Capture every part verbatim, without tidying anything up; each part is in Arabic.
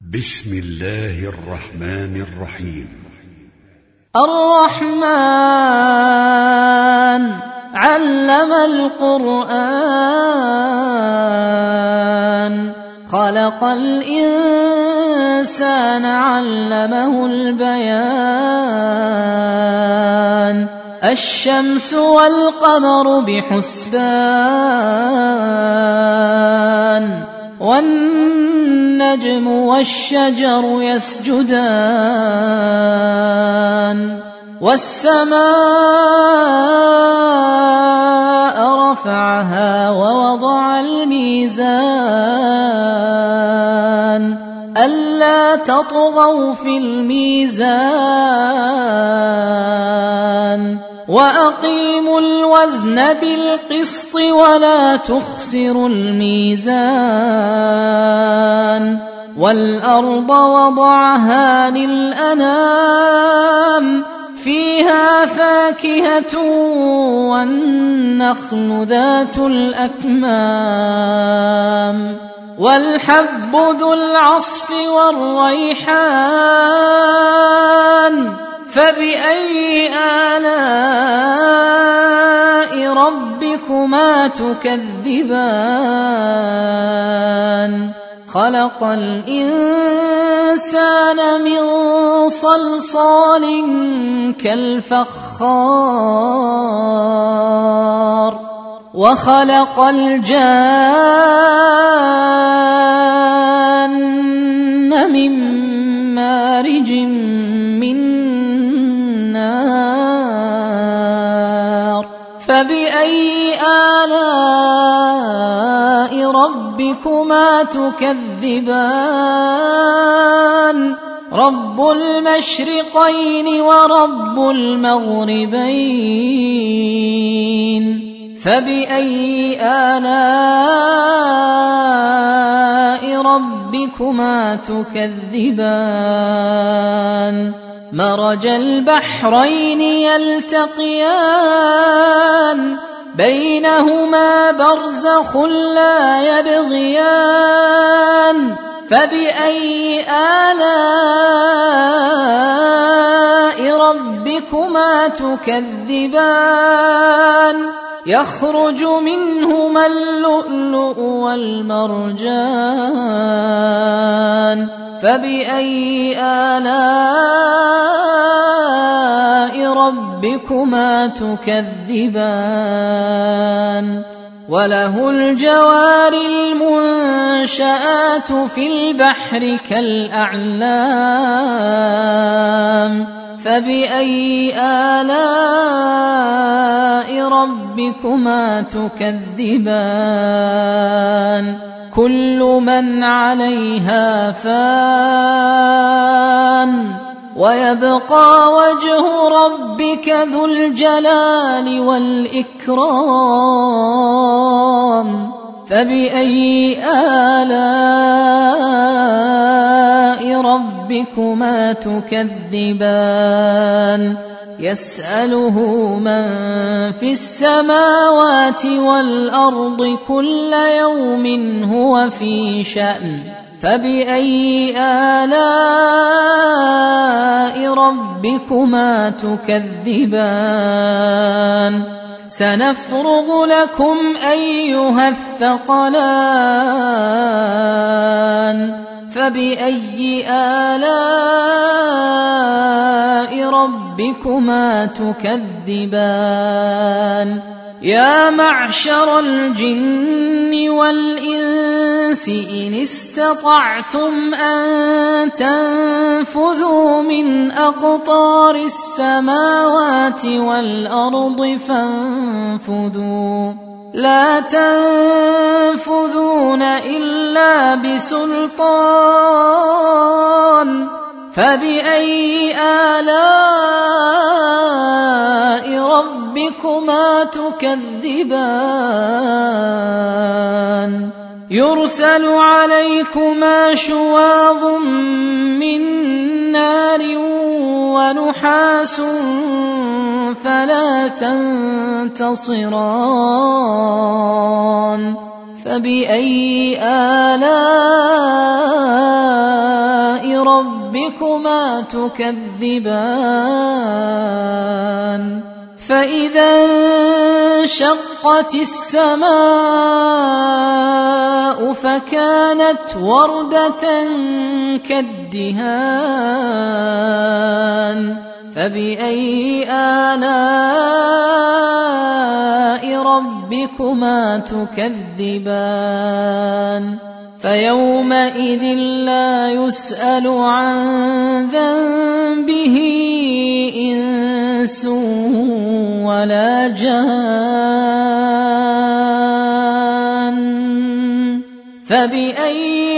بسم الله الرحمن الرحيم. الرحمن علم القرآن خلق الإنسان علمه البيان الشمس والقمر بحسبان والنجم والشجر يسجدان والسماء رفعها ووضع الميزان ألا تطغوا في الميزان وأقيموا الوزن بالقسط ولا تخسروا الميزان والأرض وضعها للأنام فيها فاكهة والنخل ذات الأكمام والحب ذو العصف والريحان فبأي آلاء ربكما تكذبان خلق الإنسان من صلصال كالفخار وخلق الجان من مارج من نار فبأي آلاء ربكما تكذبان رب المشرقين ورب المغربين فبأي آلاء ربكما تكذبان مرج البحرين يلتقيان بينهما برزخ لا يبغيان فبأي آلاء ربكما تكذبان يخرج منهما اللؤلؤ والمرجان فبأي آلاء ربكما تكذبان وله الجوار المنشآت في البحر كالأعلام فبأي آلاء ربكما تكذبان كل من عليها فان ويبقى وجه ربك ذو الجلال والإكرام فبأي آلاء ربكما تكذبان يسأله من في السماوات والأرض كل يوم هو في شأن فبأي آلاء ربكما تكذبان سنفرغ لكم أيها الثقلان فبأي آلاء ربكما تكذبان يا معشر الجن والإنس إن استطعتم أن تنفذوا من أقطار السماوات والأرض فانفذوا لا تنفذون إلا بسلطان فبأي آلاء ربكما تكذبان يرسل عليكما شواظ من نار ونحاس فلا تنتصران فبأي آلاء ربكما تكذبان فإذا انشقت السماء فكانت وردة كالدهان فبأي آلاء ربكما تكذبان فيومئذ لا يسأل عن ذنبه إنس ولا جان فبأي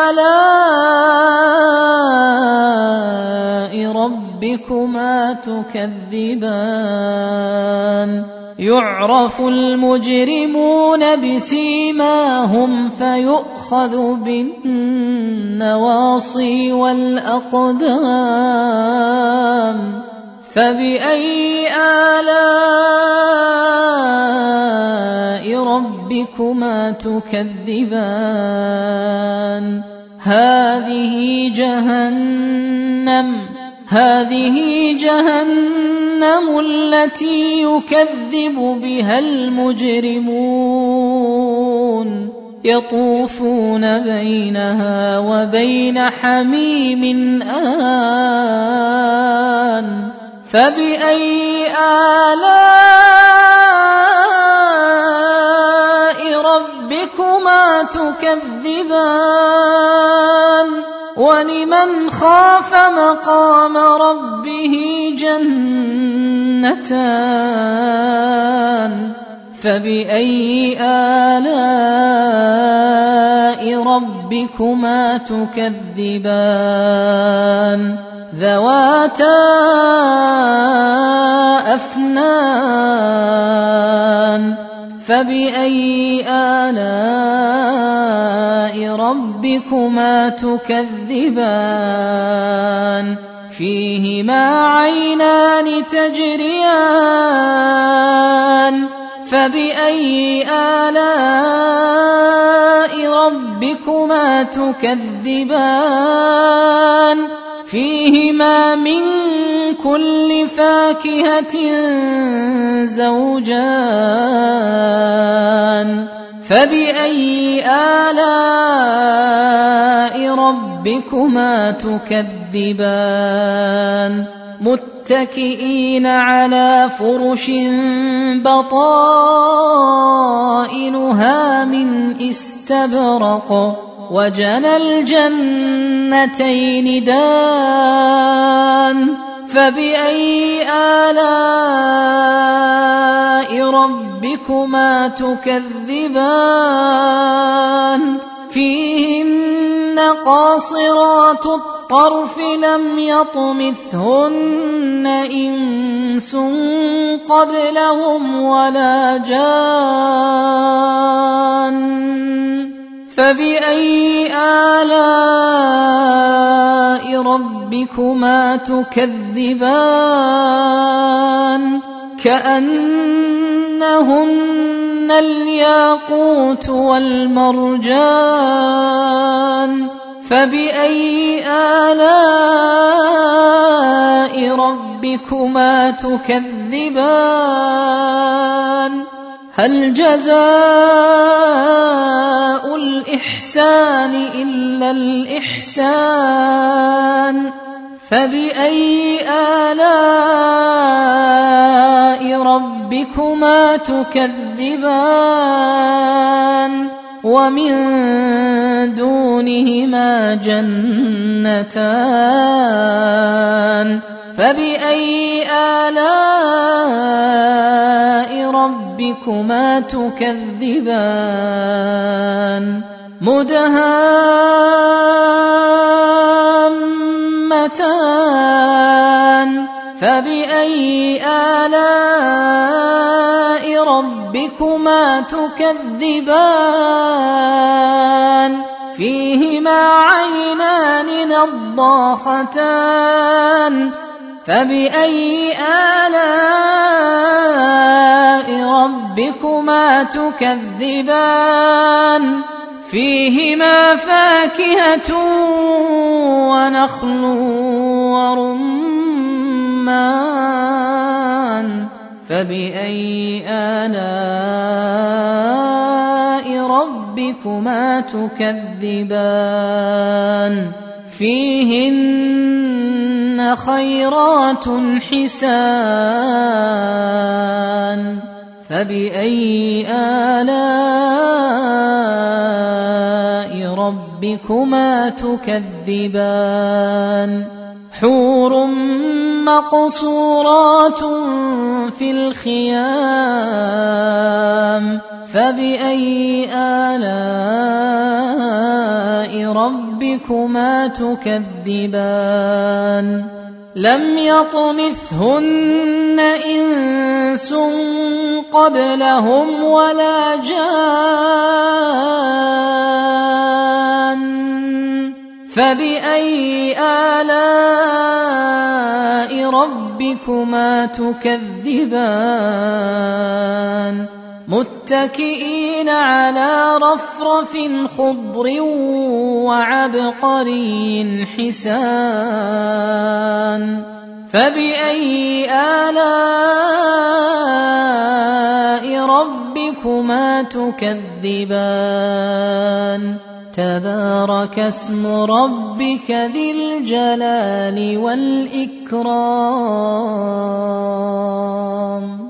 آلاء ربكما تكذبان يعرف المجرمون بسيماهم فيؤخذ بالنواصي والأقدام فبأي آلاء ربكما تكذبان هذه جهنم هذه جهنم التي يكذب بها المجرمون يطوفون بينها وبين حميم آن فبأي آلاء ربكما تكذبان ولمن خاف مقام ربه جنتان فبأي آلاء ربكما تكذبان ذواتا أفنان فبأي آلاء ربكما تكذبان فيهما عينان تجريان فبأي آلاء ربكما تكذبان فيهما من كل فاكهة زوجان فبأي آلاء ربكما تكذبان متكئين على فرش بطائنها من استبرق وجنى الجنتين دان فبأي آلاء ربكما تكذبان فيهن قاصرات الطرف لم يطمثهن إنس قبلهم ولا جان فبأي آلاء ربكما تكذبان كأنهن الياقوت والمرجان فبأي آلاء ربكما تكذبان هل جزاء الإحسان إلا الإحسان فبأي آلاء ربكما تكذبان ومن دونهما جنتان فبأي آلاء ربكما تكذبان مدهامتان فبأي آلاء ربكما تكذبان فيهما عينان نضاختان فبأي آلاء ربكما تكذبان فيهما فاكهة ونخل ورمان فبأي آلاء ربكما تكذبان فيهن خيرات حسان فبأي آلاء ربكما تكذبان حور مقصورات في الخيام فبأي آلاء ربكما تكذبان لم يطمثهن إنس قبلهم ولا جان فبأي آلاء ربكما تكذبان متكئين على رفرف خضر وعبقري حسان فبأي آلاء ربكما تكذبان تبارك اسم ربك ذي الجلال والإكرام.